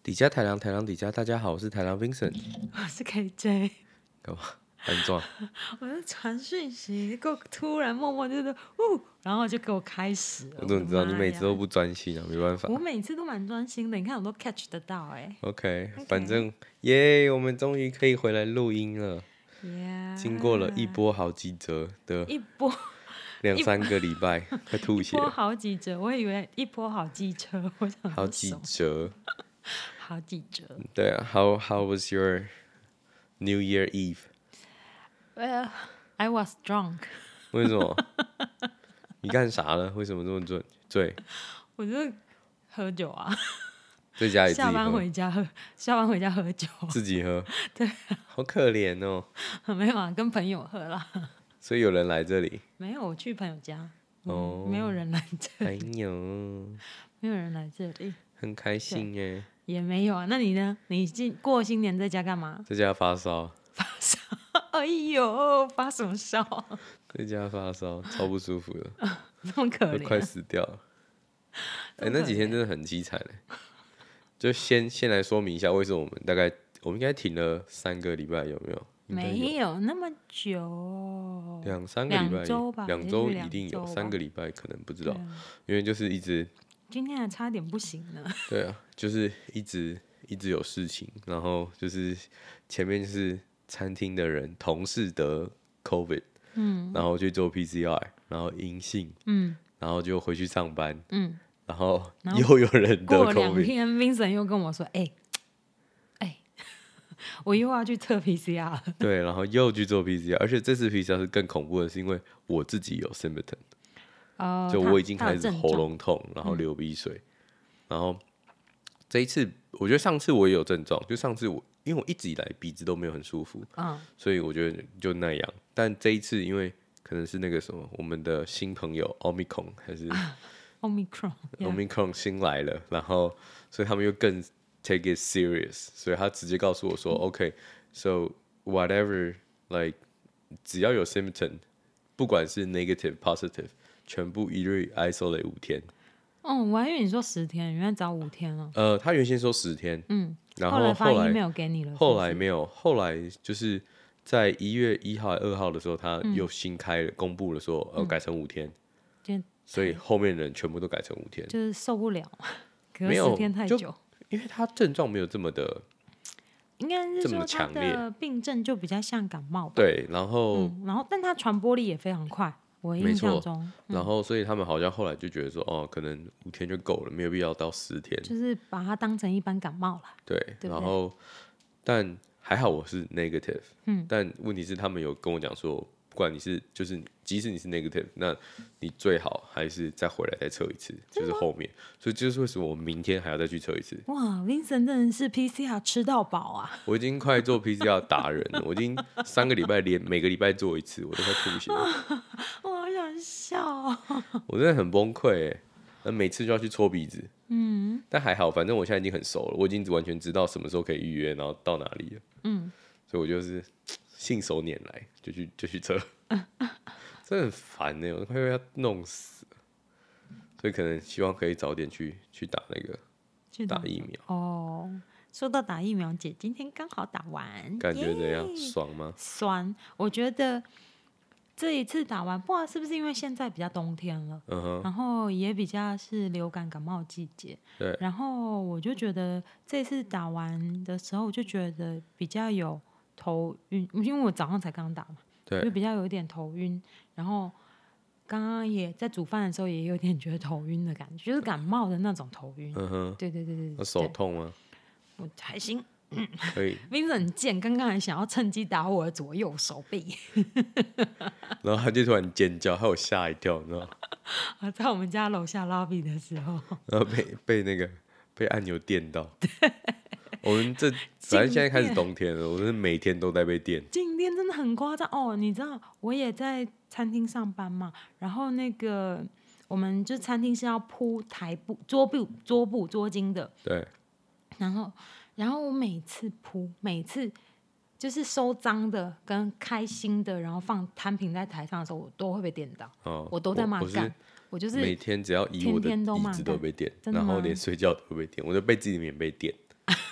底加台郎，台郎底加，大家好，我是台郎 Vincent。 我是 KJ， 干嘛？安装？ 我在传讯息，给我突然默默就是然后就给我开始了。 我怎么知道你每次都不？ 不专心啊？没办法。 我每次都蛮专心的，你看我都 catch 得到 OK，反正耶，我们终于可以回来录音了。经过了一波好几折的一波 2-3个礼拜，快吐血一波了。 好几折，我以为一波好机车，我想好几折。 好几折。 对啊，How was your New Year Eve？ Well, I was drunk。 为什么？你干啥了？为什么这么醉？ 我就喝酒啊， 在家里自己下班喝， 回家喝酒， 自己喝。 对， 好可怜哦。 没有啊，跟朋友喝啦。 所以有人来这里。 没有，我去朋友家。 哦， 没有人来这哎里， 呦， 没有人来这里， 很开心耶。 也没有啊。那你呢？你过新年在家干嘛？ 在家发烧， 发烧？哎呦，发什么烧？ 在家发烧，超不舒服的， 这么可都快怜。 死掉了。 这么可怜那几天真的很凄惨嘞。就先来说明一下，为什么我们应该停了3个礼拜，有没有？ 没有那么久 2-3个礼拜， 2周吧 2周也许一定有， 2周吧 3个礼拜可能不知道对， 因为就是一直今天还差点不行呢。 对啊，就是一直有事情，然后就是前面就是餐厅的人同事得 COVID，然后去做 PCR，然后阴性，然后就回去上班，然后又有人得过了2 COVID， 天，Vincent 又跟我说：“我又要去测 PCR 了。 对，然后又去做 PCR，而且这次 PCR 是更恐怖的，是因为我自己有 symptom，就我已经开始喉咙痛，然后流鼻水，然后这一次我觉得上次我也有症状，就上次因为我一直以来鼻子都没有很舒服，所以我觉得就那样。但这一次因为可能是那个什么，我们的新朋友 Omicron 还是 Omicron 新来了，然后所以他们又更 take it serious， 所以他直接告诉我说，OK，so whatever like 只要有 symptom， 不管是 negative positive， 全部一律 isolate 5天。 我还以为你说10天，原来只要5天了。 他原先说10天，然后后来发 email 给你了， 后来没有，后来就是在1月1号、2号的时候，他又新开了，公布了说改成5天，所以后面人全部都改成5天， 就是受不了，隔没有 10天太久， 因为他症状没有这么的， 应该是这么说他强烈的病症就比较像感冒吧。 对，然后但它传播力也非常快，我印象中。 然后所以他们好像后来就觉得说，可能5天就够了，没有必要到10天， 就是把它当成一般感冒了。 对，然后但还好我是 negative，但问题是他们有跟我讲说，不管你是就是即使你是 negative， 那你最好还是再回来再测一次，就是后面，所以这就是为什么我明天还要再去测一次。 哇 ，Vincent 真的是 PCR 吃到饱啊！ 我已经快做 PCR 达人了，我已经3个礼拜每个礼拜做一次，我都快吐血了。 我好想笑哦。 我真的很崩溃哎，那每次就要去搓鼻子，但还好，反正我现在已经很熟了，我已经完全知道什么时候可以预约，然后到哪里了，所以我就是信手拈来就去测，真的很烦呢，我快要弄死了，所以可能希望可以早点去打那个打疫苗。 哦，说到打疫苗，姐今天刚好打完， 感觉怎样？爽吗？ 酸，我觉得这一次打完，不知道是不是因为现在比较冬天了，然后也比较是流感感冒季节， 对， 然后我就觉得这次打完的时候，我就觉得比较有头晕，因为我早上才刚打嘛， 对， 就比较有一点头晕，然后刚刚也在煮饭的时候也有点觉得头晕的感觉，就是感冒的那种头晕。对。 那手痛吗？ 我还行。 可以。 Vincent 很贱，刚刚还想要趁机打我的左右手臂， 然后他就突然尖叫，害我吓一跳，你知道吗？ 在我们家楼下 lobby 的时候， 然后被按钮电到。我们反正现在开始冬天了，我是每天都在被电。 今天真的很夸张哦！你知道我也在餐厅上班嘛，然后那个我们就餐厅是要铺桌布桌巾的， 对。 然后我每次就是收脏的跟开心的，然后摊平在台上的时候，我都会被电到。我都在骂干，我就是每天只要移我的椅子都被电，然后连睡觉都会被电，我的被子里面被电。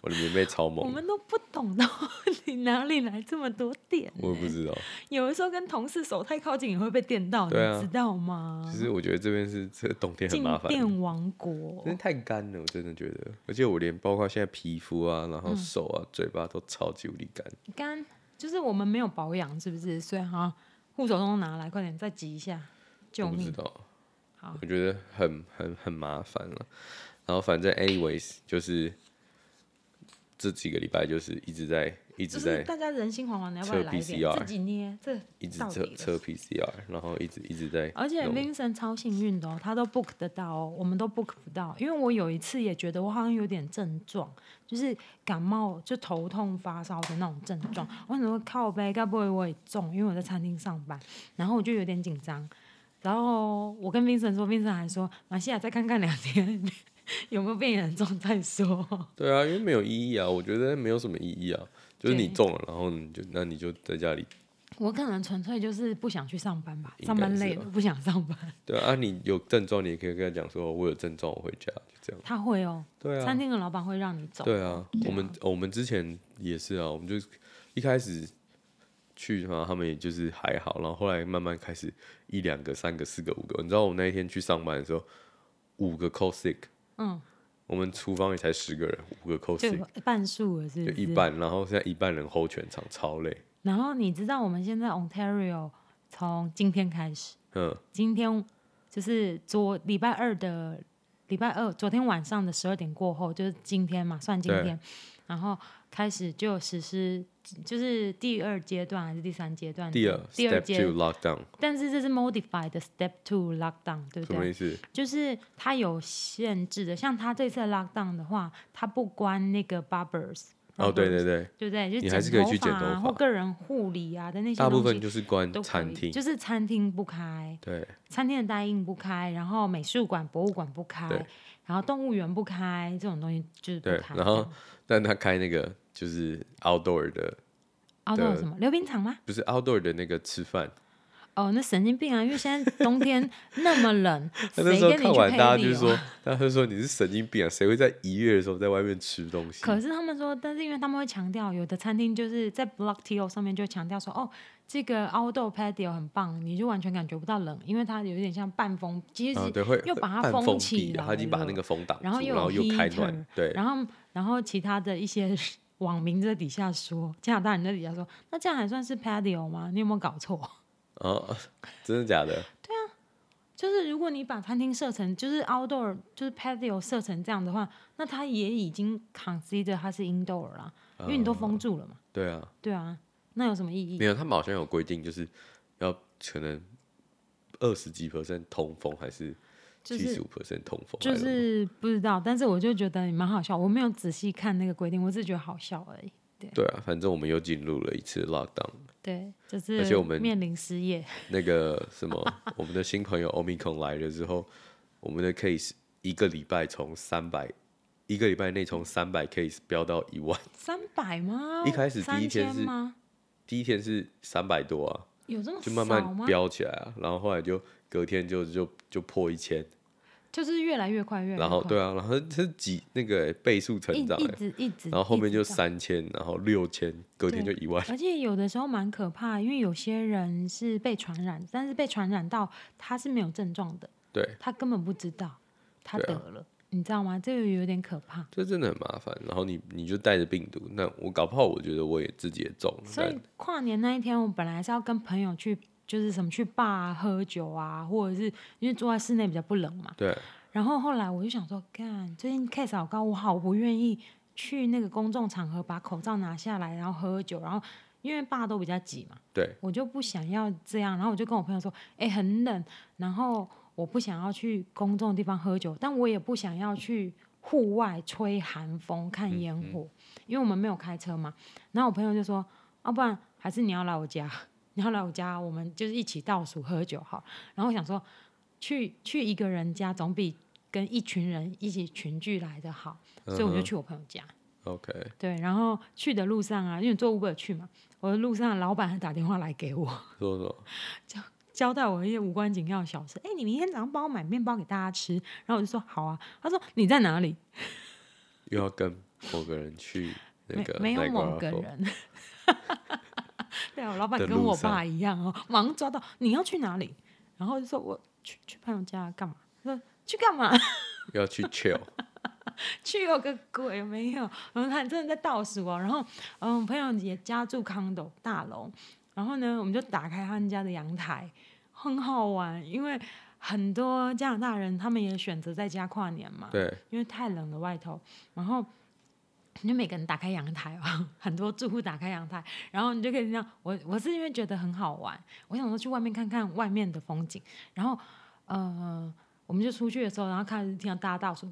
我的棉被超猛。 我们都不懂到底哪里来这么多电。 我也不知道。 有的时候跟同事手太靠近也会被电到，你知道吗？ 其实我觉得这边是这个冬天很麻烦。 静电王国。 真的太干了，我真的觉得。而且我连包括现在皮肤啊，然后手啊、嘴巴都超级无敌干。 干就是我们没有保养，是不是？所以哈，护手霜拿来，快点再挤一下，救命！ 我不知道。我觉得很麻烦了。然后反正 anyways 就是这几个礼拜就是一直在大家人心惶惶，你要不要来一点自己捏？这一直测 PCR， 然后一直在。 而且 Vincent 超幸运的哦，他都 book 得到哦，我们都 book 不到。因为我有一次也觉得我好像有点症状，就是感冒就头痛发烧的那种症状。我想说靠背该不会我也中？因为我在餐厅上班，然后我就有点紧张。然后我跟 Vincent 说 ，Vincent 还说马西亚再看看2天有没有变严重再说。 对啊，因为没有意义啊，我觉得没有什么意义啊，就是你中了，然后你就在家里。 我可能纯粹就是不想去上班吧，上班累了不想上班。 对啊，你有症状你也可以跟他讲说，我有症状我回家，就这样。 他会哦， 对啊， 餐厅的老板会让你走。 对啊，我们之前也是啊，我们就一开始去嘛，他们也就是还好，然后后来慢慢开始1、2个、3个、4个、5个。你知道我们那一天去上班的时候，5个 call sick， 我们厨房也才10个人，5个 call sick， 就半数了，是不是？ 就一半，然后现在一半人 hold 全场，超累。 然后你知道我们现在 Ontario 从今天开始，今天就是礼拜二，昨天晚上的12点过后，就是今天嘛，算今天，然后开始就实施，就是第2阶段还是第3阶段？ 第二 Step 2 lockdown。 但是这是 modified 的 Step 2 lockdown， 对不对？ 什么意思？ 就是它有限制的，像它这次的 lockdown 的话，它不关那个 barbers。 哦，对对对， 对不对？就你还是可以去剪头发或个人护理啊的那些东西， 大部分就是关餐厅， 就是餐厅不开， 对， 餐厅的待印不开，然后美术馆、博物馆不开，然后动物园不开，这种东西就是不开。 然后，但他开那个就是 outdoor 的 outdoor 什么溜冰场吗？ 不是 outdoor 的那个吃饭。 哦，那神经病啊！因为现在冬天那么冷， 他那时候看完，大家就说，他就说你是神经病啊！谁会在1月的时候在外面吃东西？ 可是他们说，但是因为他们会强调，有的餐厅就是在 Block TO 上面就强调说，哦，这个 outdoor patio 很棒，你就完全感觉不到冷，因为它有点像半封，其实又把它封起来了， 他已经把那个风挡住， 然后又开暖，对， 然后其他的一些网民在底下说，加拿大人在底下说，那这样还算是 patio 吗？你有没有搞错？ 哦，真的假的？ 对啊，就是如果你把餐厅设成就是 outdoor， 就是 patio 设成这样的话，那它也已经 consider 它是 indoor 啦，因为你都封住了嘛。 对啊， 对啊，那有什么意义？ 没有，他们好像有规定，就是要可能20几%通风，还是75%通风， 就是不知道。但是我就觉得蛮好笑，我没有仔细看那个规定，我只是觉得好笑而已。 对啊，反正我们又进入了一次 lockdown。 对，就是而且我们面临失业。 那个什么，我们的新朋友 Omicron 来了之后，我们的 case 一个礼拜内从300 case 飙到1万。 300吗？ 一开始第一天是300多啊， 有这么就慢慢飙起来啊，然后后来就隔天就破1000。 就是越来越快， 然后对啊，然后它是那个倍数成长， 一直， 然后后面就3000，然后6000，隔天就1万。 而且有的时候蛮可怕，因为有些人是被传染，但是被传染到他是没有症状的， 对， 他根本不知道他得了，你知道吗？这个有点可怕， 这真的很麻烦。然后你就带着病毒，那我搞不好我觉得我也自己也中了。 所以跨年那一天，我本来是要跟朋友去。就是什么去bar喝酒啊，或者是因为坐在室内比较不冷嘛。 对。 然后后来我就想说，干，最近 case 好高，我好不愿意去那个公众场合把口罩拿下来，然后喝酒，然后因为bar都比较挤嘛， 对， 我就不想要这样。然后我就跟我朋友说，很冷，然后我不想要去公众的地方喝酒，但我也不想要去户外吹寒风看烟火，因为我们没有开车嘛。然后我朋友就说，不然还是你要来我家。你要来我家，我们就是一起倒数喝酒好。然后我想说，去一个人家总比跟一群人一起群聚来的好，所以我就去我朋友家。 OK。 对，然后去的路上啊，因为坐 Uber 去嘛，我的路上老板还打电话来给我， 说什么？ 交代我一些无关紧要的小事。你明天早上帮我买面包给大家吃。然后我就说好啊。他说你在哪里？ 又要跟某个人去那个没有某个人。对啊，我老板跟我爸一样哦，马上抓到你要去哪里，然后就说我去朋友家干嘛？说去干嘛？ 要去 chill。 去有个鬼没有？然后他真的在倒数哦。然后朋友也家住condo大楼，然后呢，我们就打开他们家的阳台，很好玩，因为很多加拿大人他们也选择在家跨年嘛， 对， 因为太冷了外头，然后你就每个人打开阳台哦，很多住户打开阳台，然后你就可以这样。我是因为觉得很好玩，我想说去外面看看外面的风景，然后我们就出去的时候，然后开始听到大家倒数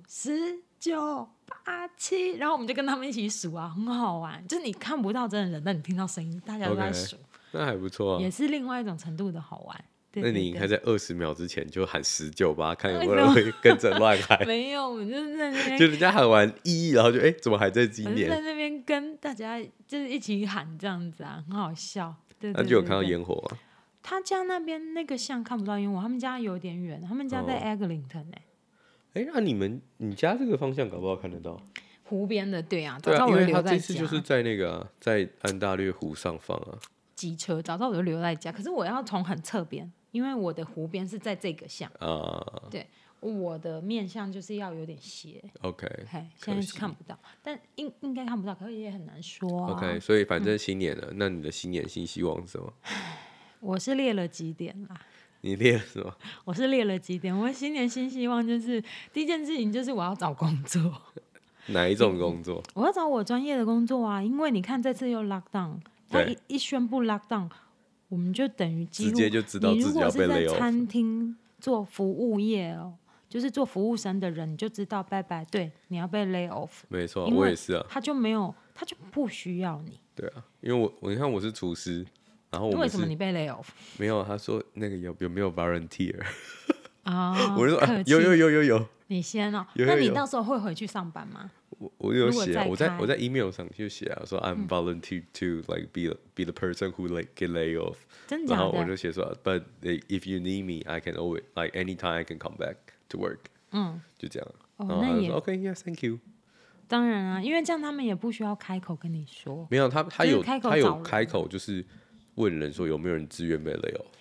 10、9、8、7，然后我们就跟他们一起数啊，很好玩。就是你看不到真的人，但你听到声音，大家都在数， 那还不错啊， 也是另外一种程度的好玩。对对对， 那你应该在20秒之前就喊10、9、8，看有没有人会跟着乱喊。 没有，我们就是在那边， 就人家喊完1，然后就怎么还在今年？ 在那边跟大家就是一起喊这样子啊，很好笑。对对对对， 那就有看到烟火吗？ 他家那边那个像看不到烟火，他们家有点远，他们家在 Eglinton 那你家这个方向搞不好看得到湖边的，对啊， 对啊，因为他这次就是在那个在安大略湖上放啊。 机车早知道我就留在家，可是我要从很侧边，因为我的湖边是在这个巷啊，对，我的面向就是要有点斜。 OK， 现在是看不到，但应该看不到，可是也很难说啊。 OK， 所以反正新年了，那你的新年新希望是什么？ 我是列了几点啦。 你列了什么？ 我是列了几点。我新年新希望就是第一件事情就是我要找工作。 哪一种工作？ 我要找我专业的工作啊，因为你看这次又 lock down， 他一宣布 lock down， 我们就等于几乎直接就知道自己要被 lay off。 你如果是在餐厅做服务业哦，就是做服务生的人，你就知道拜拜，对，你要被 lay off。 没错，我也是啊。 他就不需要你。 对啊，因为你看我是厨师，然后为什么你被 lay off？ 没有，他说那个有没有 volunteer 啊？ 我就说有。 你先哦，那你到时候会回去上班吗？ 我有写啊，我在 email 上就写啊，说 I'm volunteer to like be the person who like get lay off。 真假的？ 然后我就写说 ，But if you need me, I can always like anytime I can come back to work。就这样。然后他就说 OK，yes，thank you。 当然啊，因为这样他们也不需要开口跟你说。 没有，他有开口，就是问人说有没有人自愿被 lay off。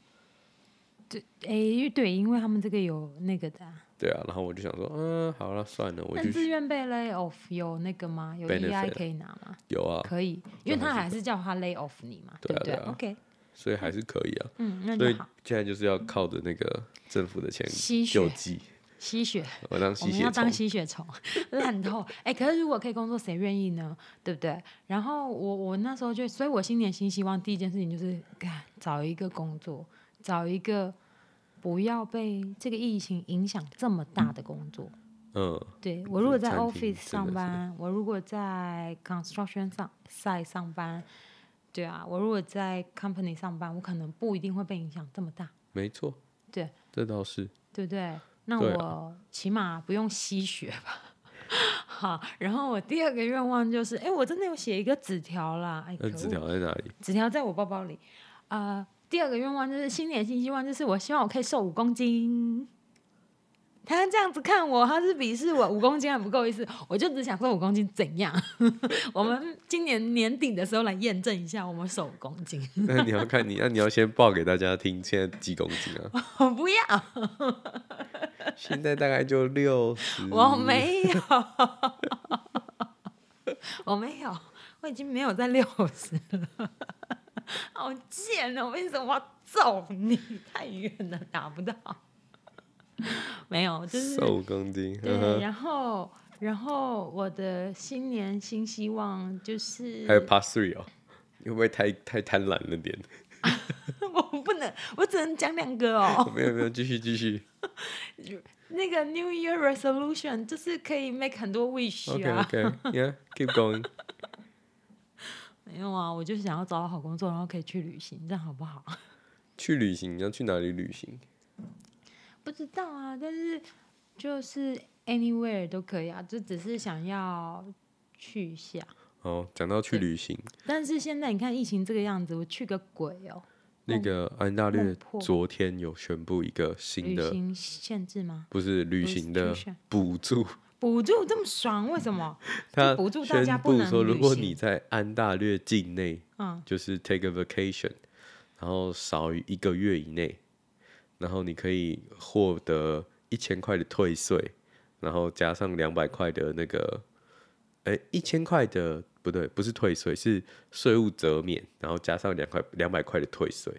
对，因为他们这个有那个的。 对啊，然后我就想说，好了，算了，我就。 自愿被 lay off 有那个吗？有 EI 可以拿吗？ 有啊， 可以，因为他还是叫他 lay off 你嘛，对不对？OK， 所以还是可以啊。 那就好。所以现在就是要靠着那个政府的钱救济。 吸血， 我们要当吸血虫，烂透。可是如果可以工作，谁愿意呢？对不对？然后我那时候所以我新年新希望，第一件事情就是找一个工作，找一个不要被这个疫情影响这么大的工作。对，我如果在 office 上班，我如果在 construction site 上班，对啊，我如果在 company 上班，我可能不一定会被影响这么大。 没错， 对， 这倒是， 对不对？那我起码不用吸血吧。好，然后我第二个愿望就是，我真的有写一个纸条啦。 纸条在哪里？ 纸条在我包包里。第二个愿望就是新年新希望，就是我希望我可以瘦5公斤。他这样子看我，他是鄙视我5公斤还不够意思，我就只想瘦5公斤怎样？我们今年年底的时候来验证一下，我们瘦5公斤。 那你要看那你要先报给大家听，现在几公斤啊？ 我不要。 现在大概就60。 我没有，我没有，我已经没有在60了。好贱哦！为什么要揍你？太远了，打不到。没有，就是瘦5公斤。 对，然后我的新年新希望就是还有 Part 3哦，你会不会太贪婪了点？ 我不能，我只能讲2个哦。 没有，继续。 那个 New Year Resolution 就是可以 make 很多 wish 啊。 OK，yeah，keep going。 没有啊，我就想要找到好工作，然后可以去旅行，这样好不好？ 去旅行，你要去哪里旅行？ 不知道啊，但是就是 anywhere 都可以啊，就只是想要去一下。 讲到去旅行， 但是现在你看疫情这个样子，我去个鬼哦！ 那个安大略昨天有宣布一个新的旅行限制吗？ 不是旅行的补助补助这么爽，为什么？ 他补助大家不能说， 旅行。 如果你在安大略境内，就是 take a vacation， 然后少于1个月以内，然后你可以获得1000块的退税，然后加上200块的那个，1000块的不对，不是退税，是税务减免，然后加上200块的退税。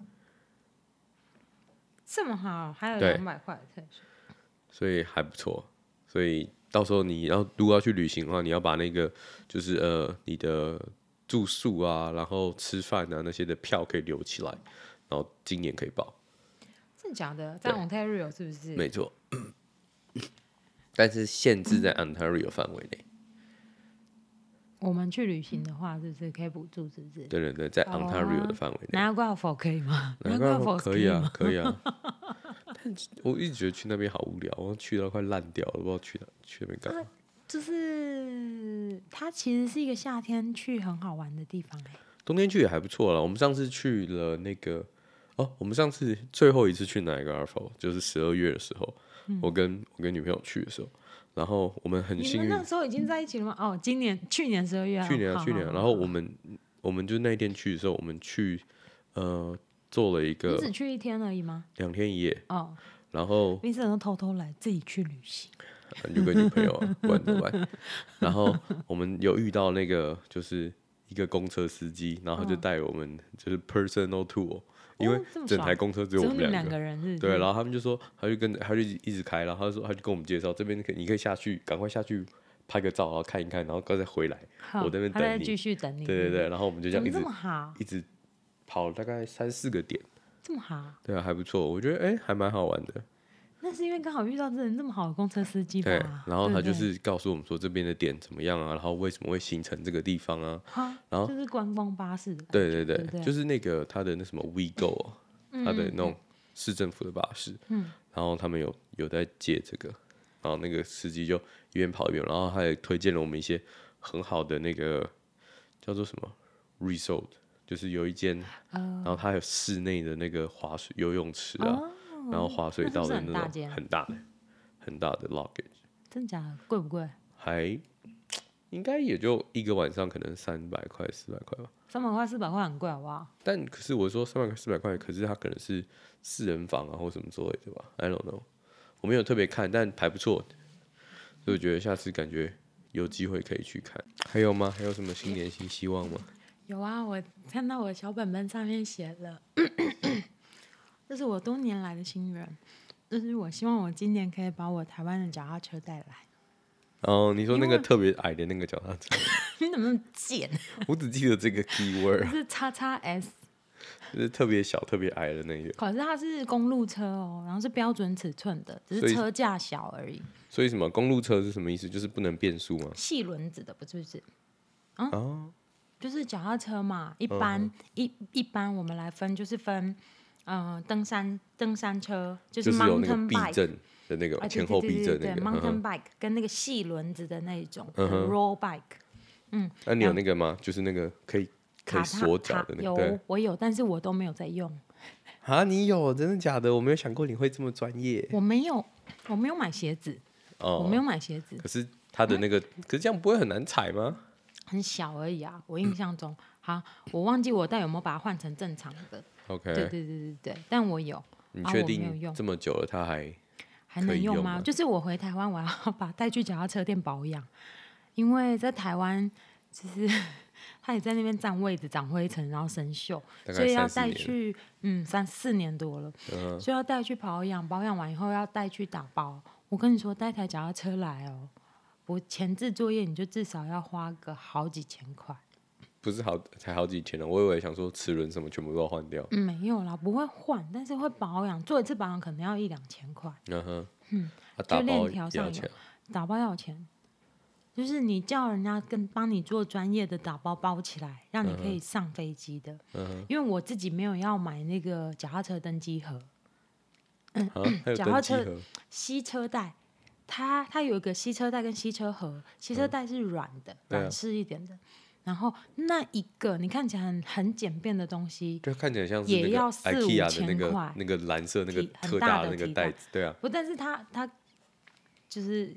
这么好，还有200块的退税， 所以还不错。所以到时候如果要去旅行的话，你要把那个就是你的住宿啊，然后吃饭啊那些的票可以留起来，然后今年可以报。 真的假的？在 Ontario 是不是？ 没错，但是限制在 Ontario 范围内。 我们去旅行的话，是不是可以补助？是不是？ 对对对，在 Ontario 的范围内。 Niagara Falls 可以吗 ？Niagara Falls 可以啊，可以啊。但我一直觉得去那边好无聊，我去到快烂掉了，不知道去那边干嘛。 就是它其实是一个夏天去很好玩的地方冬天去也还不错啦。我们上次去了那个我们上次最后一次去Niagara Falls就是12月的时候，我跟女朋友去的时候，然后我们很幸运。 你们那时候已经在一起了吗？去年12月。 去年。然后我们就那一天去的时候，我们去做了一个。 你只去1天而已吗 ？2天1夜。然后你只能偷偷来自己去旅行。 有个女朋友啊，不然怎么办？然后我们有遇到那个就是一个公车司机，然后他就带我们就是 personal tour，因为整台公车只有我们2个人是不是。 对，然后他们就说，他就一直开，然后他就跟我们介绍这边你可以下去，赶快下去拍个照，然后看一看，然后再回来，我这边等你， 继续等你。 对对对，然后我们就这样一直跑大概3-4个点， 这么好。 对啊，还不错，我觉得还蛮好玩的。 那是因为刚好遇到这么好的公车司机吧？ 对，然后他就是告诉我们说这边的点怎么样啊，然后为什么会形成这个地方啊，然后就是观光巴士的。 对，就是那个他的那什么 WeGo 他的那种市政府的巴士，然后他们有在借这个，然后那个司机就一边跑一边，然后他也推荐了我们一些很好的那个叫做什么 resort， 就是有一间，然后它有室内的那个游泳池啊。然后滑水道的那种很大的 luggage， 真假的？贵不贵？ 还应该也就一个晚上可能300块400块吧。 300块400块很贵好不好？ 但可是我说300块400块，可是它可能是4人房啊或什么之类的吧 ，I don't know， 我没有特别看，但还不错，所以我觉得下次感觉有机会可以去看。还有吗？还有什么新年新希望吗？ 有啊，我看到我的小本本上面写了。这是我多年来的心愿，就是我希望我今年可以把我台湾的脚踏车带来。 哦，你说那个特别矮的那个脚踏车？ 你怎么那么贱？ 我只记得这个 keyword， 是XXS， 就是特别小、特别矮的那个。 可是它是公路车哦，然后是标准尺寸的，只是车架小而已。 所以什么公路车是什么意思？就是不能变速吗？ 细轮子的不是？就是脚踏车嘛，一般我们来分就是分。登山车就是有那个 mountain 避震的那个前后避震那个 mountain bike 跟那个细轮子的那一种 roll bike。 那你有那个吗？就是那个可以锁脚的那个？ 我有，但是我都没有在用。 啊，你有？真的假的？我没有想过你会这么专业。 我没有买鞋子。我没有买鞋子。 可是它的那个，可是这样不会很难踩吗？ 很小而已啊，我印象中。好，我忘记我有没有把它换成正常的。 OK， 对，但我有。 你确定这么久了它还能用吗？就是我回台湾，我要把它带去脚踏车店保养，因为在台湾就是它也在那边占位置、长灰尘，然后生锈，所以要带去3-4年多了，所以要带去保养，保养完以后要带去打包。我跟你说，带台脚踏车来哦，我前置作业你就至少要花个好几千块。 不是才好几千呢，我以为想说齿轮什么全部都要换掉。 没有啦，不会换，但是会保养，做一次保养可能要1-2千块。 打包要钱，打包要钱，就是你叫人家帮你做专业的打包包起来，让你可以上飞机的。因为我自己没有要买那个脚踏车登机盒。脚踏车吸车带，它有一个吸车带跟吸车盒，吸车带是软的，软式一点的。然后那一个你看起来很简便的东西， 就看起来像是也要 4-5千块，那个蓝色那个特大的那个袋子，对啊。 不，但是它就是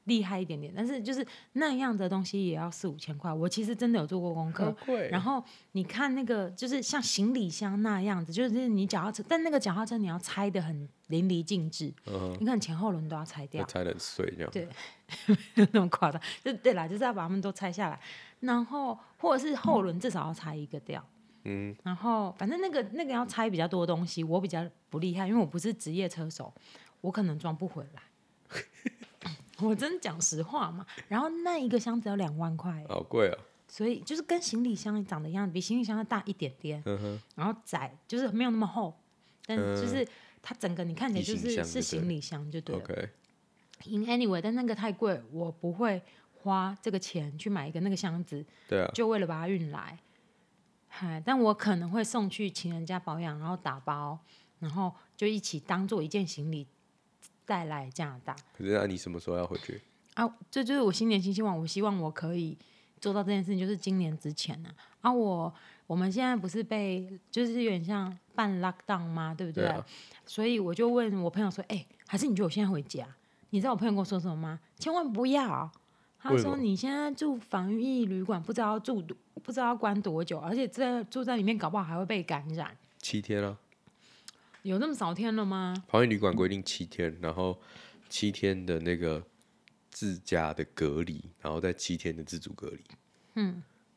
厉害一点点，但是就是那样的东西也要4-5千块。我其实真的有做过功课，然后你看那个就是像行李箱那样子，就是你脚踏车，但那个脚踏车你要拆的很淋漓尽致，你看前后轮都要拆掉， 拆得很碎这样。 对，没有那么夸张，就对啦，就是要把它们都拆下来，然后或者是后轮至少要拆一个掉。然后反正那个要拆比较多东西，我比较不厉害，因为我不是职业车手，我可能装不回来。我真讲实话嘛，然后那一个箱子要2万块， 好贵啊！ 所以就是跟行李箱长得一样，比行李箱要大一点点，然后窄，就是没有那么厚，但就是它整个你看起来就是行李箱就对了。In anyway， 但那个太贵，我不会花这个钱去买一个那个箱子， 对啊， 就为了把它运来。但我可能会送去请人家保养，然后打包，然后就一起当做一件行李带来加拿大。 可是你什么时候要回去啊？这就是我新年新希望，我希望我可以做到这件事情，就是今年之前呢。我们现在不是就是有点像半 lockdown 吗？对不对？所以我就问我朋友说：“还是你觉得我现在回家？”你知道我朋友跟我说什么吗？千万不要！他说：“你现在住防疫旅馆，不知道要关多久，而且住在里面，搞不好还会被感染。 ”7天啊？ 有那么少天了吗？ 防疫旅馆规定7天，然后7天的那个自家的隔离，然后再7天的自主隔离。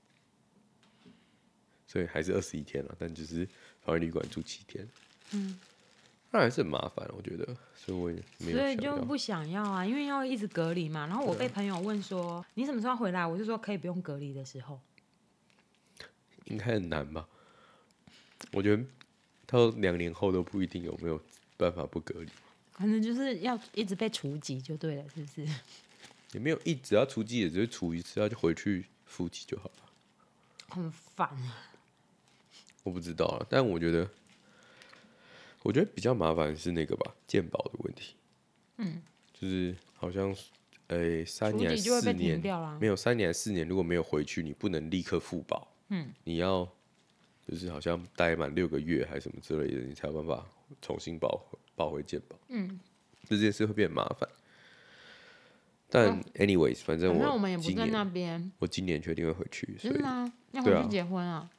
所以还是21天了，但就是防疫旅馆住7天。那还是很麻烦，我觉得，所以我也没有想要。 所以就不想要啊，因为要一直隔离嘛。然后我被朋友问说：“你什么时候要回来？”我就说：“可以不用隔离的时候。” 应该很难吧？我觉得到2年后都不一定有没有办法不隔离。 反正就是要一直被除籍就对了，是不是？ 也没有一直要除籍，也只是除一次，要就回去复籍就好了。 很烦。 我不知道了，但我觉得比较麻烦的是那个吧，健保的问题。就是好像3年还是4年，没有3年还是4年，如果没有回去，你不能立刻复保。你要就是好像待满6个月还是什么之类的，你才有办法重新保回健保。这件事会变麻烦。但 anyways， 反正我们也不在那边。 我今年确定会回去。 真的吗？要回去结婚啊？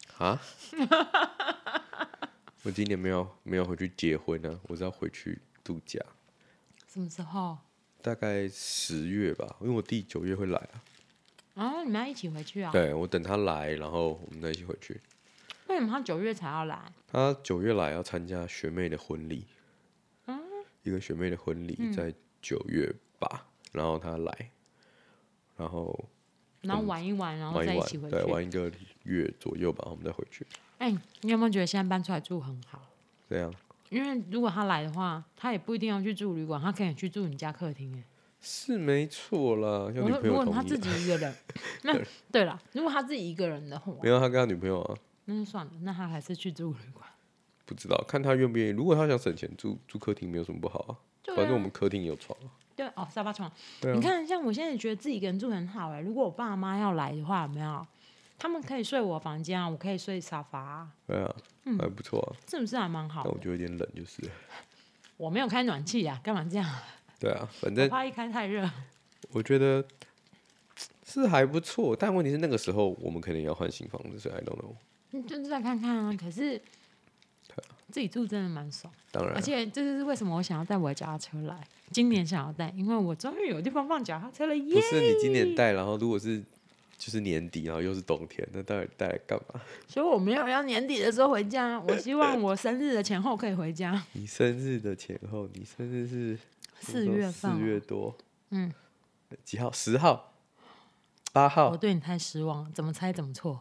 我今年没有回去结婚啊，我是要回去度假。 什么时候？ 大概10月吧，因为我弟9月会来啊。 你们要一起回去啊？ 对，我等他来，然后我们再一起回去。 为什么他9月才要来？ 他9月来要参加学妹的婚礼。一个学妹的婚礼在9月吧，然后他来，然后玩一玩，然后再一起回去。 对，玩1个月左右吧，我们再回去。 你有没有觉得现在搬出来住很好？ 这样。 因为如果他来的话，他也不一定要去住旅馆，他可以去住你家客厅。 是没错啦，要女朋友同意。 如果他自己一个人，那对了，如果他自己一个人的话， 没有他跟他女朋友啊， 那就算了，那他还是去住旅馆。 不知道看他愿不愿意。如果他想省钱，住客厅没有什么不好啊。反正我们客厅有床。 对沙发床。你看，像我现在觉得自己一个人住很好如果我爸妈要来的话，有没有？他们可以睡我房间啊，我可以睡沙发。 对啊，还不错啊。 是不是还蛮好的？ 但我觉得有点冷，就是。 我没有开暖气啊，干嘛这样？ 对啊，反正我怕一开太热。 我觉得是还不错，但问题是那个时候我们可能也要换新房子，所以 I don't know。 就是再看看啊，可是自己住真的蛮爽。 当然， 而且这就是为什么我想要带我的脚踏车来，今年想要带，因为我终于有地方放脚踏车了耶！ 不是你今年带，然后如果是就是年底，然后又是冬天，那到底带来干嘛？ 所以我没有要年底的时候回家，我希望我生日的前后可以回家。 你生日的前后，你生日是 4月份，4 月多。几号？10号、8号。 我对你太失望了，怎么猜怎么错。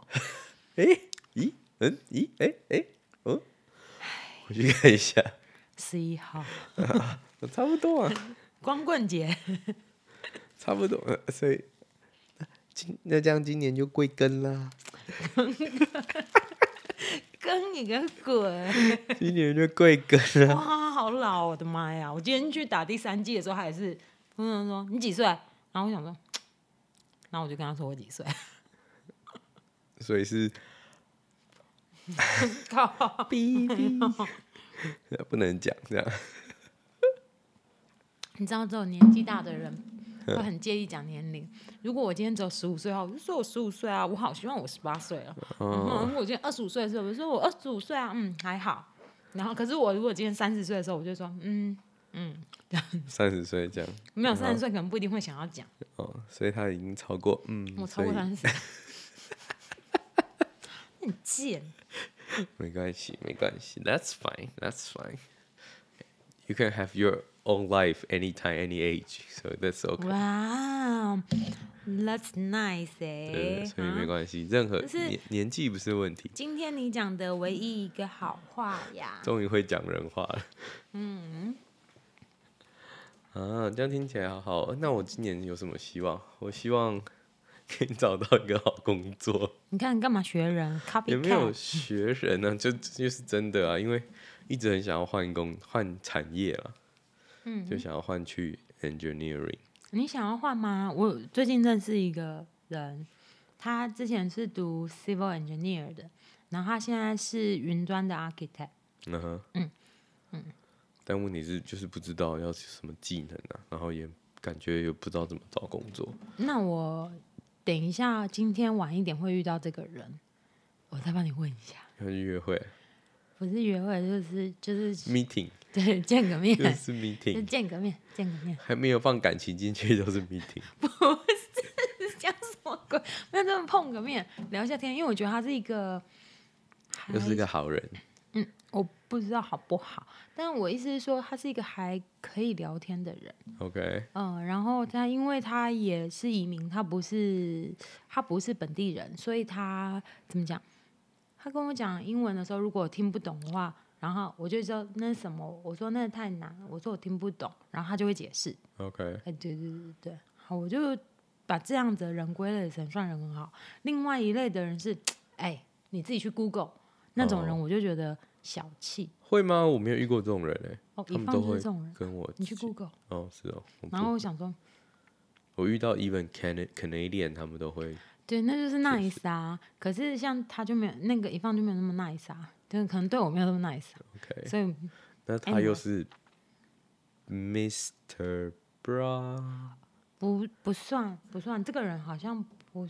我去看一下。 11号。 差不多啊。 光棍节。 差不多，所以那这样今年就贵庚啦。 庚你个鬼！ 今年就贵庚了。 哇，好老，我的妈呀！我今天去打第3剂的时候，还是朋友说你几岁？然后我想说，然后我就跟他说我几岁。 所以是。 靠！ 不能讲这样。 你知道，只有年纪大的人会很介意讲年龄。如果我今天只有15岁的话，我就说我15岁啊，我好希望我18岁啊。如果我今天25岁的时候，我就说我25岁啊，还好。然后可是我如果今天30岁的时候，我就说 30岁这样。 没有30岁可能不一定会想要讲。 所以他已经超过我超过30。很贱。 没关系，That's fine. You can have your own life anytime, any age, so that's okay. Wow, that's nice 对，所以没关系，任何年纪不是问题。 今天你讲的唯一一个好话呀。 终于会讲人话了。这样听起来好好。那我今年有什么希望？我希望可以找到一个好工作。 你看你干嘛学人 ？Copycat 也没有学人呢，就是真的啊，因为一直很想要换产业啦，就想要换去 engineering。 你想要换吗？我最近认识一个人，他之前是读 civil engineer 的，然后他现在是云端的 architect。 但问题是，就是不知道要什么技能啊，然后也感觉也不知道怎么找工作。 那我等一下，今天晚一点会遇到这个人，我再帮你问一下。 要去约会？ 不是约会，就是 meeting。 对，见个面。 就是 meeting， 就见个面。 还没有放感情进去都是 meeting。 不是讲什么鬼？没有，这么碰个面聊一下天，因为我觉得他是一个， 又是个好人。 我不知道好不好，但我意思是说，他是一个还可以聊天的人。 OK。 然后因为他也是移民，他不是本地人，所以他怎么讲？他跟我讲英文的时候，如果我听不懂的话，然后我就说那是什么？我说那太难了，我说我听不懂，然后他就会解释。 OK。 对，好，我就把这样子的人归类成算人很好。另外一类的人是，你自己去 Google 那种人，我就觉得小气。 会吗？我没有遇过这种人他们都会这种人跟我你去 Google。 是哦。 然后我想说， 我遇到 even Canadian 他们都会。 对，那就是 nice 啊。可是像他就没有那个一放就没有那么 nice 啊，对，可能对我没有那么 nice。 OK。 所以那他又是 Mr. Bra？ 不算，这个人好像不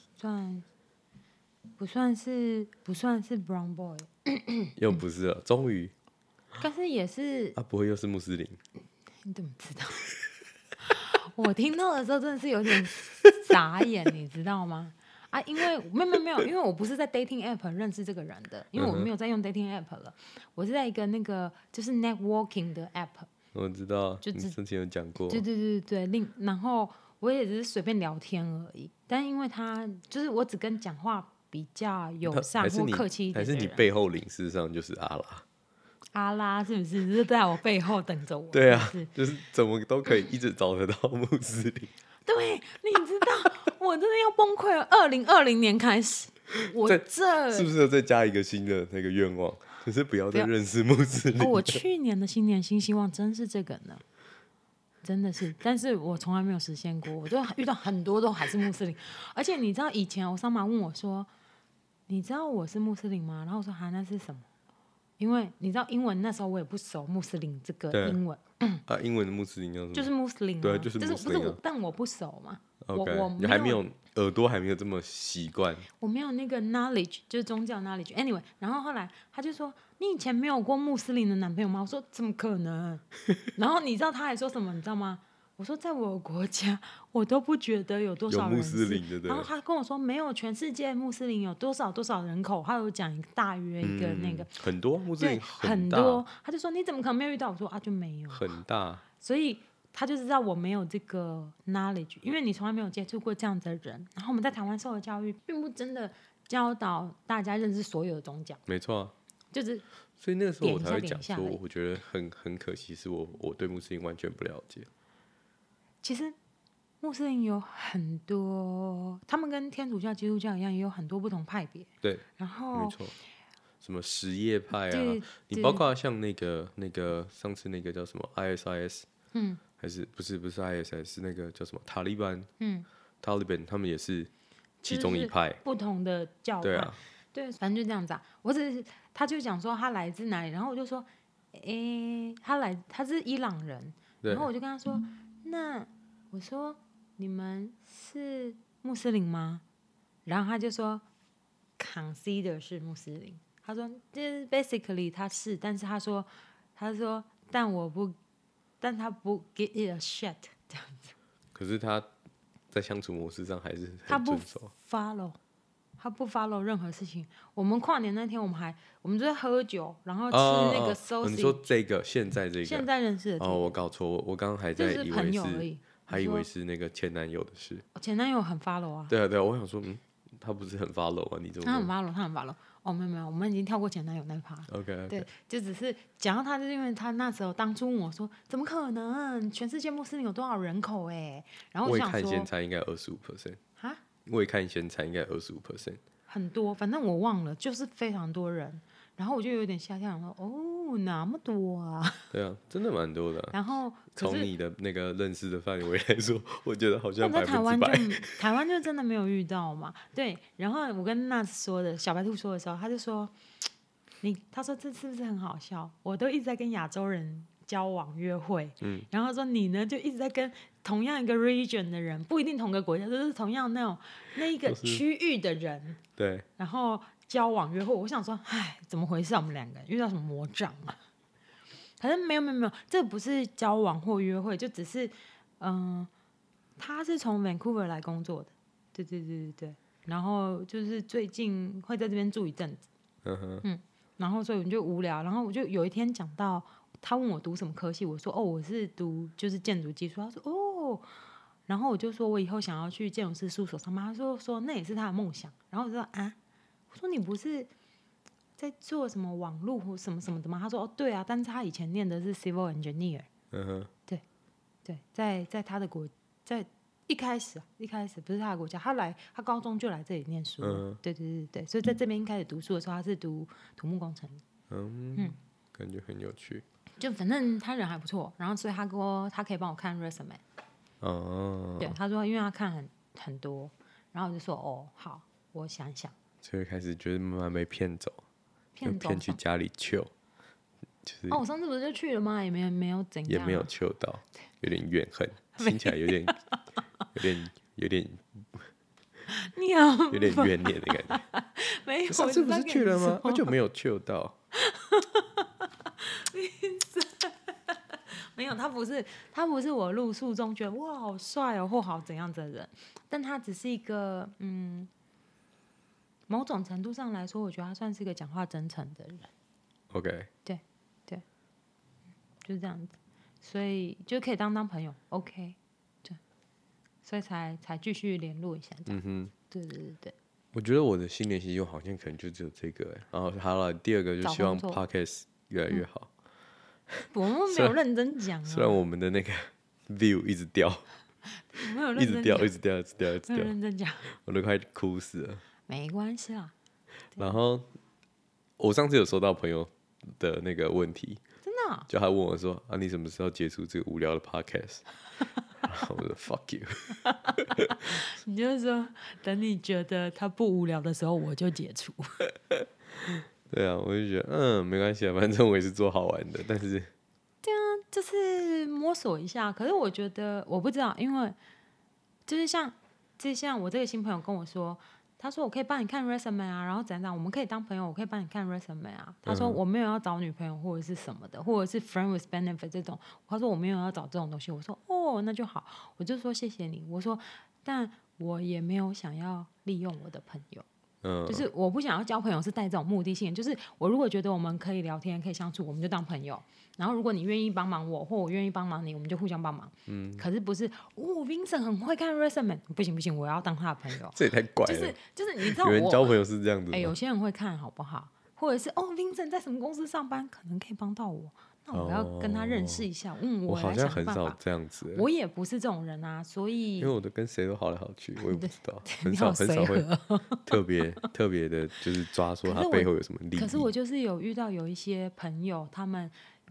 算是 brown boy。 又不是了，终于。 但是也是。 不会又是穆斯林？ 你怎么知道？我听到的时候真的是有点傻眼，你知道吗？因为没有，因为我不是在 dating app 认识这个人的，因为我没有在用 dating app 了，我是在一个那个就是 networking 的 app。 我知道，你之前有讲过。 对，然后我也只是随便聊天而已，但因为他就是我只跟讲话比较友善或客气一点的人。 还是你背后领事上就是阿拉是不是就在我背后等着我？ 对啊，就是怎么都可以一直找得到穆斯林。 对，你知道我真的要崩溃了。2020年开始，我这是不是要再加一个新的那个愿望，就是不要再认识穆斯林？ 我去年的新年新希望真是这个呢，真的是，但是我从来没有实现过。我就遇到很多都还是穆斯林，而且你知道以前我上马问我说：“你知道我是穆斯林吗？”然后我说：“那是什么？”因为你知道英文那时候我也不熟穆斯林这个英文。 英文的穆斯林叫什么？ 就是穆斯林。 对，就是穆斯林。 不是但我不熟嘛。 OK， 我还没有耳朵还没有这么习惯。 我没有那个 knowledge， 就是宗教 knowledge。Anyway， 然后后来他就说：“你以前没有过穆斯林的男朋友吗？”我说：“怎么可能？”然后你知道他还说什么？你知道吗？我说在我的国家，我都不觉得有多少人是有穆斯林的。 然后他跟我说没有，全世界穆斯林有多少人口，他有讲大约一个那个。 很多穆斯林很多，他就说你怎么可能没有遇到？我说就没有。 很大。 所以他就知道我没有这个 knowledge， 因为你从来没有接触过这样的人。然后我们在台湾受的教育，并不真的教导大家认识所有的宗教。 没错。 就是所以那个时候我才会讲说，我觉得很可惜，是我对穆斯林完全不了解。 其实穆斯林有很多，他们跟天主教、基督教一样，也有很多不同派别。 对， 然后没错，什么什叶派啊，你包括像那个上次那个叫什么 ISIS， 还是不是 ISIS， 是那个叫什么塔利班，Taliban 他们也是其中一派， 不同的教派。 对啊， 对，反正就这样子啊。我只是他就讲说他来自哪里，然后我就说，他是伊朗人，然后我就跟他说，那我说你们是穆斯林吗？然后他就说 consider 是穆斯林。他说就是 basically 他是，但是他说但他不 give it a shit 这样子。 可是他在相处模式上还是很遵守。 他不 follow 任何事情。我们跨年那天，我们就在喝酒，然后吃那个 sausage。 你说这个现在认识的我搞错，我刚刚还在以为是， 还以为是那个前男友的事。 前男友很 follow 啊。 对啊，我想说，他不是很 follow 吗？你怎么？ 他很 follow。哦，没有，我们已经跳过前男友那一趴。 OK。 对，就只是讲到他，就是因为他那时候当初问我说，怎么可能？全世界穆斯林有多少人口？然后我想说， 未看先猜应该25%。 哈？ 未看先猜应该25%。 很多，反正我忘了，就是非常多人。然后我就有点吓跳，想说哦，那么多啊！ 对啊，真的蛮多的。 然后从你的那个认识的范围来说，我觉得好像100%。 台湾就真的没有遇到嘛？对。然后我跟那说的小白兔说的时候，他就说他说这是不是很好笑？我都一直在跟亚洲人交往约会，然后说你呢就一直在跟同样一个 region 的人，不一定同个国家，就是同样那一个区域的人， 对， 然后交往约会。我想说，哎，怎么回事？我们两个人遇到什么魔障啊？可是没有，这不是交往或约会，就只是他是从 Vancouver 来工作的，对，然后就是最近会在这边住一阵子，然后所以我们就无聊，然后我就有一天讲到。他问我读什么科系，我说我是读就是建筑技术。他说然后我就说我以后想要去建筑师事务所上班。他说那也是他的梦想。然后我就说我说你不是在做什么网络或什么什么的吗？他说对啊，但是他以前念的是 civil engineer。对，在他的在一开始不是他的国家，他高中就来这里念书。对，所以在这边开始读书的时候，他是读土木工程的。 感觉很有趣。 就反正他人还不错，然后所以他说他可以帮我看 resume。对，他说因为他看很多，然后我就说好，我想想。 所以开始觉得慢慢被骗走，骗去家里chill。就是我上次不是就去了吗？也没有怎样， 也没有chill到，有点怨恨，听起来有点你好， 有点怨念的感觉。 没有， 上次不是去了吗？就没有chill到。 没有，他不是我路数中觉得哇好帅或好怎样子的人，但他只是一个某种程度上来说，我觉得他算是一个讲话真诚的人。 OK。 对，就是这样子，所以就可以当朋友。OK。对，所以才继续联络一下。对。 我觉得我的新年希望好像可能就只有这个。然后好了，第二个就希望 Podcast 越来越好。 我们没有认真讲。 虽然我们的那个 view 一直掉，一直掉，没有认真讲， 我都快哭死了。 没关系啦。 然后我上次有收到朋友的那个问题， 真的， 就他问我说你什么时候结束这个无聊的 podcast？ 然后我说 fuck you。 你就是说等你觉得他不无聊的时候我就解除。 对啊，我就觉得没关系啊，反正我也是做好玩的。但是对啊，就是摸索一下。可是我觉得我不知道，因为就是像我这个新朋友跟我说，他说我可以帮你看 resume 啊，然后怎样，我们可以当朋友，我可以帮你看 resume 啊。他说我没有要找女朋友或者是什么的，或者是 friend with benefit 这种。他说我没有要找这种东西。我说那就好。我就说谢谢你。我说但我也没有想要利用我的朋友。就是我不想要交朋友是带这种目的性，就是我如果觉得我们可以聊天可以相处，我们就当朋友。然后如果你愿意帮忙我，或我愿意帮忙你，我们就互相帮忙。可是不是Vincent 很会看 resume， 不行，我要当他的朋友。 这也太怪了。 就是你知道有人交朋友是这样子吗？ 有些人会看好不好，或者是Vincent 在什么公司上班，可能可以帮到我。那我要跟他认识一下。 我好像很少这样子。 我也不是这种人啊，所以因为我都跟谁都好来好去，我也不知道，很少会特别的，就是抓说他背后有什么利益。 可是我就是有遇到有一些朋友，他们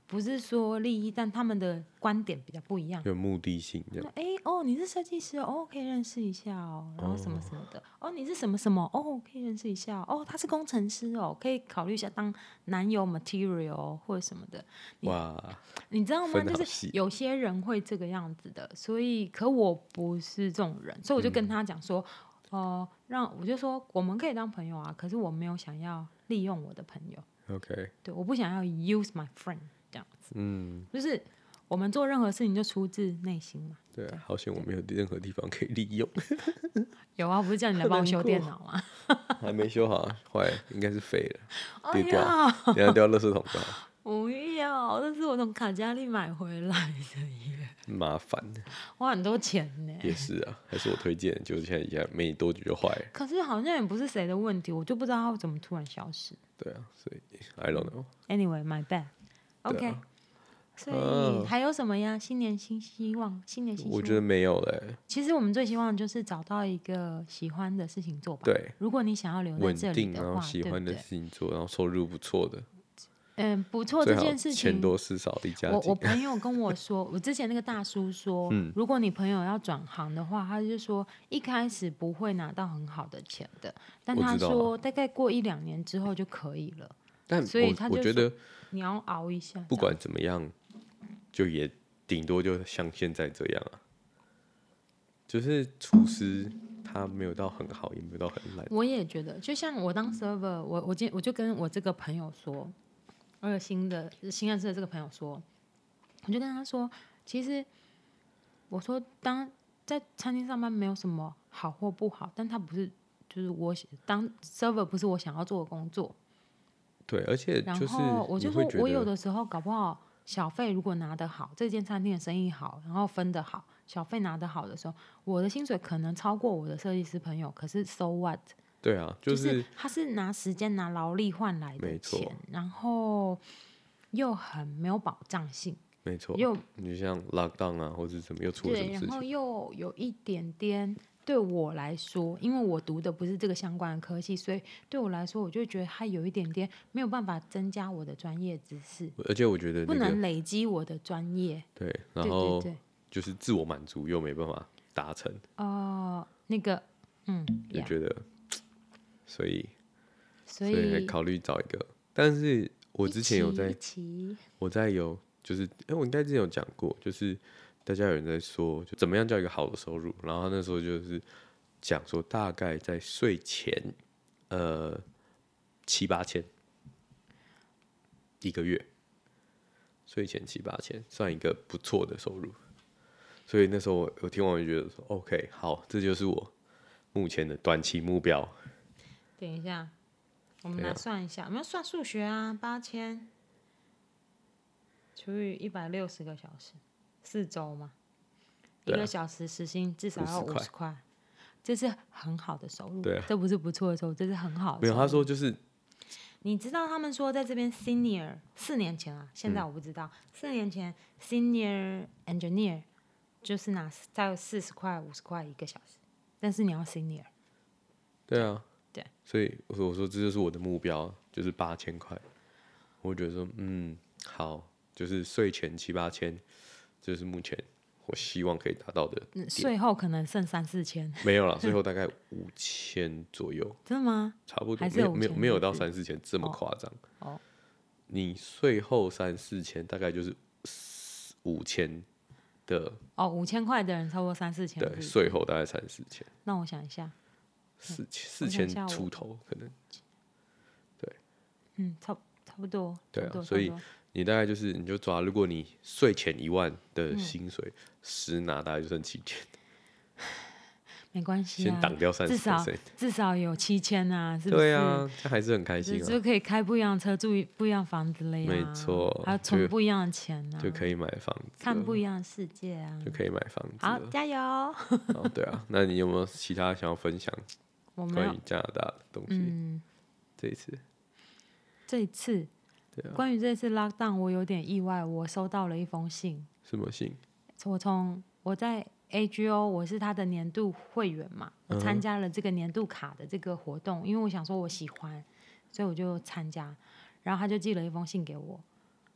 不是说利益，但他们的观点比较不一样， 有目的性这样。 你是设计师哦，可以认识一下哦，然后什么什么的，你是什么什么哦，可以认识一下哦，他是工程师哦，可以考虑一下当男友 material 或者什么的。哇，你知道吗？就是有些人会这个样子的，所以可我不是这种人，所以我就跟他讲说，我就说我们可以当朋友啊，可是我没有想要利用我的朋友。 OK， 对，我不想要 use my friend 这样子。就是我们做任何事情就出自内心嘛。 对啊，好险我没有任何地方可以利用。 有啊，不是叫你来帮我修电脑吗？ 还没修好，坏了，应该是废了，丢掉，等下丢到垃圾桶就好。 不要，这是我从卡加利买回来的耶， 麻烦， 花很多钱呢。 也是啊，还是我推荐，就现在没多久就坏了。 可是好像也不是谁的问题，我就不知道它怎么突然消失。 对啊，所以 I don't know. Anyway, my bad. OK. 所以还有什么呀？新年新希望， 我觉得没有嘞。 其实我们最希望就是找到一个喜欢的事情做吧。 对， 如果你想要留在这里的话， 稳定，然后喜欢的事情做，然后收入不错的。 不错，这件事情钱多事少离家近。 我朋友跟我说，我之前那个大叔说，如果你朋友要转行的话，他就说一开始不会拿到很好的钱的，但他说大概过1-2年之后就可以了。 但所以他就我觉得你要熬一下， 不管怎么样，就也顶多就像现在这样啊。就是厨师他没有到很好，也没有到很烂。 我也觉得，就像我当 server，我就跟我这个朋友说。新认识的这个朋友说，我就跟他说，其实我说当在餐厅上班没有什么好或不好，但他不是就是我当 server 不是我想要做的工作。 对，而且就是然后我就说我有的时候搞不好小费如果拿得好，这间餐厅的生意好，然后分得好，小费拿得好的时候，我的薪水可能超过我的设计师朋友，可是 so what？ 对啊， 就是他是拿时间拿劳力换来的钱，然后又很没有保障性， 没错。你像 lockdown 啊，或者什么又出了什么事情， 然后又有一点点对我来说，因为我读的不是这个相关的科系，所以对我来说，我就觉得他有一点点没有办法增加我的专业知识， 而且我觉得、 不能累积我的专业。 对，然后就是自我满足又没办法达成。就觉得。所以考虑找一个，但是我之前有就是我应该之前有讲过，就是大家有人在说，就怎么样叫一个好的收入，然后那时候就是讲说大概在税前7-8千一个月，税前7-8千算一个不错的收入，所以那时候我听完就觉得说 OK 好，这就是我目前的短期目标。 等一下，我们来算一下，我们要算数学啊，8000除以160个小时，4周嘛，1个小时时薪至少要50块，这是很好的收入。 对， 这不是不错的收入，这是很好的收入。 没有，他说就是， 你知道他们说在这边 senior 4年前啊，现在我不知道，4年前 senior engineer 就是拿大概40块、50块1个小时，但是你要 senior。 对啊。对，所以我说这就是我的目标，就是8000块。我觉得说，好，就是税前7-8千，这是目前我希望可以达到的。 税后可能剩3-4千。 没有啦，税后大概5000左右。 真的吗？ 差不多，没有到3-4千这么夸张。你税后3-4千，大概就是5000的。 5000块的人超过3-4千。 对，税后大概3-4千。 那我想一下。 4000出头可能， 对，差不多， 对啊，所以你大概就是你就抓，如果你税前1万的薪水，10拿大概就剩7000， 没关系啊， 先挡掉30%， 至少有7000啊，是不是？ 对啊，这还是很开心啊， 就可以开不一样的车，住不一样房子了呀， 没错， 还有存不一样的钱啊， 就可以买房子， 看不一样的世界啊， 就可以买房子， 好，加油！ 对啊，那你有没有其他想要分享？关于加拿大的东西，这一次，对啊， 关于这次 lockdown， 我有点意外，我收到了一封信。 什么信？ 我在 AGO， 我是他的年度会员嘛，我参加了这个年度卡的这个活动，因为我想说我喜欢，所以我就参加，然后他就寄了一封信给我，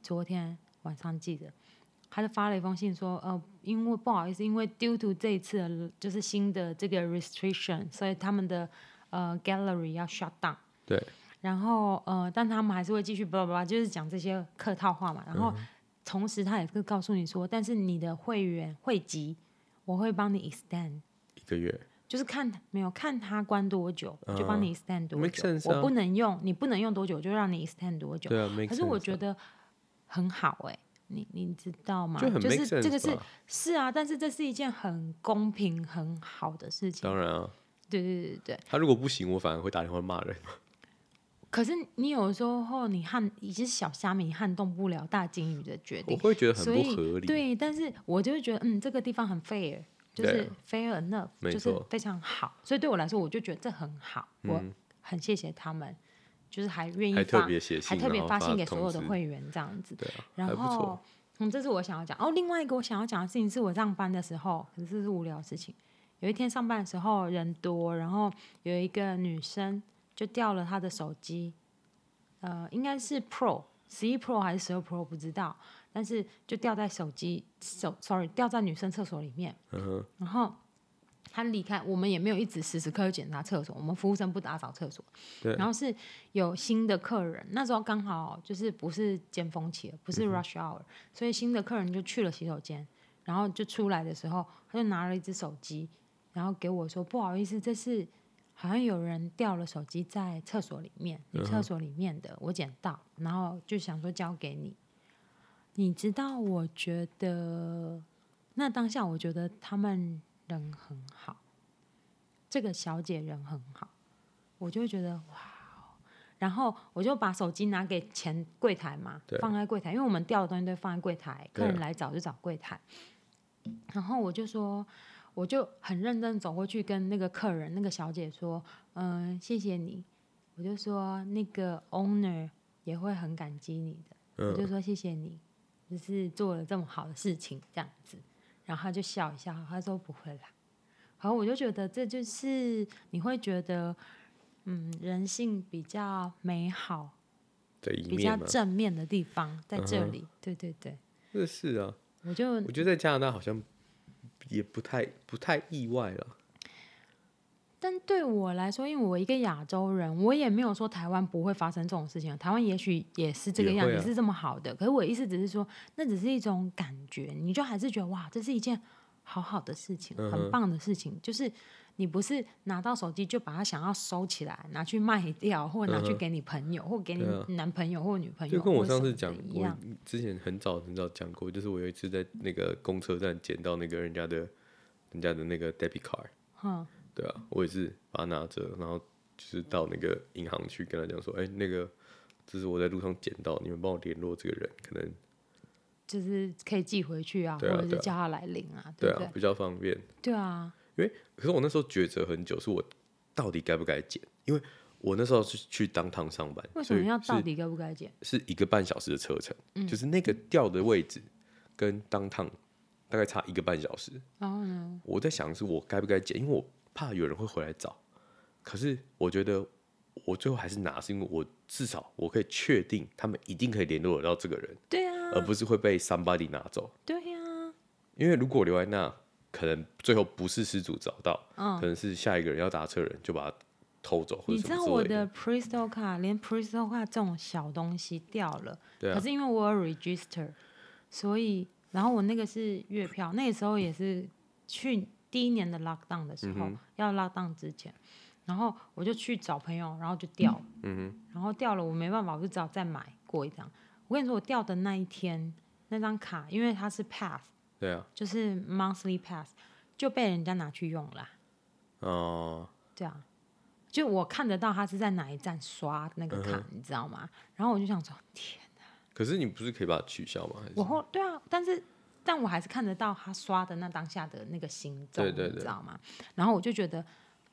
昨天晚上寄的，他就发了一封信说，因为不好意思，因为 due to 这一次的就是新的这个 restriction， 所以他们的gallery 要 shut down。 对。 然后但他们还是会继续blah blah blah，就是讲这些客套话嘛。然后同时他也是告诉你说，但是你的会籍我会帮你 extend 1个月。 就是看他关多久，就帮你 extend 多久。 我不能用，你不能用多久，就让你 extend 多久。 对啊， 可是我觉得很好你知道吗？ 就是这个是啊，但是这是一件很公平很好的事情。 当然啊。 对。 他如果不行，我反而会打电话骂人。 可是你有时候你是小虾米撼动不了大鲸鱼的决定， 我会觉得很不合理。 对，但是我就会觉得这个地方很 fair。就是 fair enough， 就是非常好，所以对我来说，我就觉得这很好，我很谢谢他们，就是还愿意特别写信， 还特别发信给所有的会员这样子。 对啊， 然后这是我想要讲。另外一个我想要讲的事情是我上班的时候，可是这是无聊的事情。有一天上班的时候人多，然后有一个女生就掉了她的手机，应该是 Pro11 Pro 还是12 Pro 不知道。但是就掉在掉在女生厕所里面。然后他离开，我们也没有一直时时刻刻检查厕所，我们服务生不打扫厕所。然后是有新的客人，那时候刚好就是不是尖峰期了，不是 rush hour，所以新的客人就去了洗手间，然后就出来的时候，他就拿了一只手机，然后给我说不好意思，这是好像有人掉了手机在厕所里面，你厕所里面的我捡到，然后就想说交给你。你知道，我觉得那当下我觉得他们人很好，这个小姐人很好，我就会觉得哇。然后我就把手机拿给前柜台嘛，放在柜台，因为我们掉的东西都放在柜台，客人来找就找柜台。然后我就说，我就很认真走过去跟那个客人那个小姐说，谢谢你。我就说那个 owner 也会很感激你的，我就说谢谢你。就是做了这么好的事情这样子，然后他就笑一笑，他说不会啦。然后我就觉得这就是你会觉得人性比较美好的一面， 比较正面的地方在这里。对。 这是啊，我觉得在加拿大好像也不太意外了。 但对我来说，因为我一个亚洲人，我也没有说台湾不会发生这种事情。台湾也许也是这个样，也是这么好的。可是我的意思只是说，那只是一种感觉，你就还是觉得哇，这是一件好好的事情，很棒的事情。就是你不是拿到手机就把它想要收起来，拿去卖掉，或拿去给你朋友，或给你男朋友或女朋友， 就跟我上次讲，我之前很早讲过，就是我有一次在那个公车站捡到那个人家的那个 debit card。对啊，我也是把它拿着，然后就是到那个银行去跟他讲说，那个这是我在路上捡到，你们帮我联络这个人，可能就是可以寄回去啊，或者是叫他来领啊， 对啊，比较方便。 对啊， 可是我那时候抉择很久，是我到底该不该捡，因为我那时候是去downtown上班， 为什么要到底该不该捡？ 是1个半小时的车程，就是那个掉的位置跟downtown大概差1个半小时。 然后呢， 我在想是我该不该捡，因为我怕有人会回来找，可是我觉得我最后还是拿，是因为我至少我可以确定他们一定可以联络得到这个人， 对啊， 而不是会被 somebody 拿走。 对啊， 因为如果留在那，可能最后不是失主找到，可能是下一个人要搭车人就把它偷走或者什么之类的。 你知道我的 Presto 卡，连 Presto 卡这种小东西掉了，可是因为我有 register， 所以然后我那个是月票，那个时候也是去第1年的 lockdown 的时候，要 lockdown 之前，然后我就去找朋友，然后就掉了，然后掉了，我没办法，我就只好再买过一张。我跟你说，我掉的那一天，那张卡因为它是 pass， 对啊， 就是 monthly pass， 就被人家拿去用了。对啊，就我看得到他是在哪一站刷那个卡，你知道吗？然后我就想说，天哪！ 可是你不是可以把它取消吗？ 对啊，但我还是看得到他刷的那当下的那个行踪，你知道吗？然后我就觉得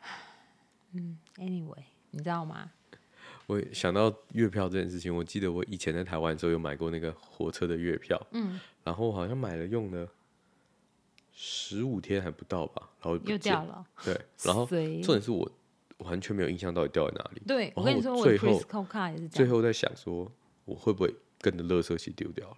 ，anyway， 你知道吗？ 我想到月票这件事情，我记得我以前在台湾的时候有买过那个火车的月票，然后好像买了用了15天还不到吧，然后又掉了。 对，然后重点是我完全没有印象到底掉在哪里。 对，我跟你说，我的 Presco 卡也是这样。 最后在想说，我会不会跟着垃圾一起丢掉了，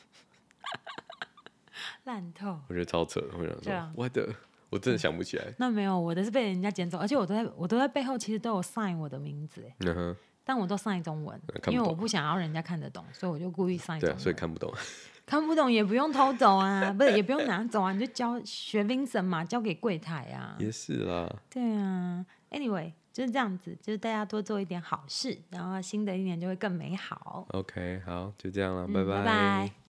烂透。 我觉得超扯的，我想说，我真的想不起来。 那没有，我的是被人家捡走，而且我都在背后其实都有 sign 我的名字，但我都 sign 中文，因为我不想要人家看得懂，所以我就故意 sign 中文。 对，所以看不懂。 看不懂也不用偷走啊，不是也不用拿走啊，你就学 Vincent 嘛，交给柜台啊。 也是啦。 对啊 ，anyway 就是这样子，就是大家多做一点好事，然后新的一年就会更美好。 OK， 好，就这样了，拜拜拜。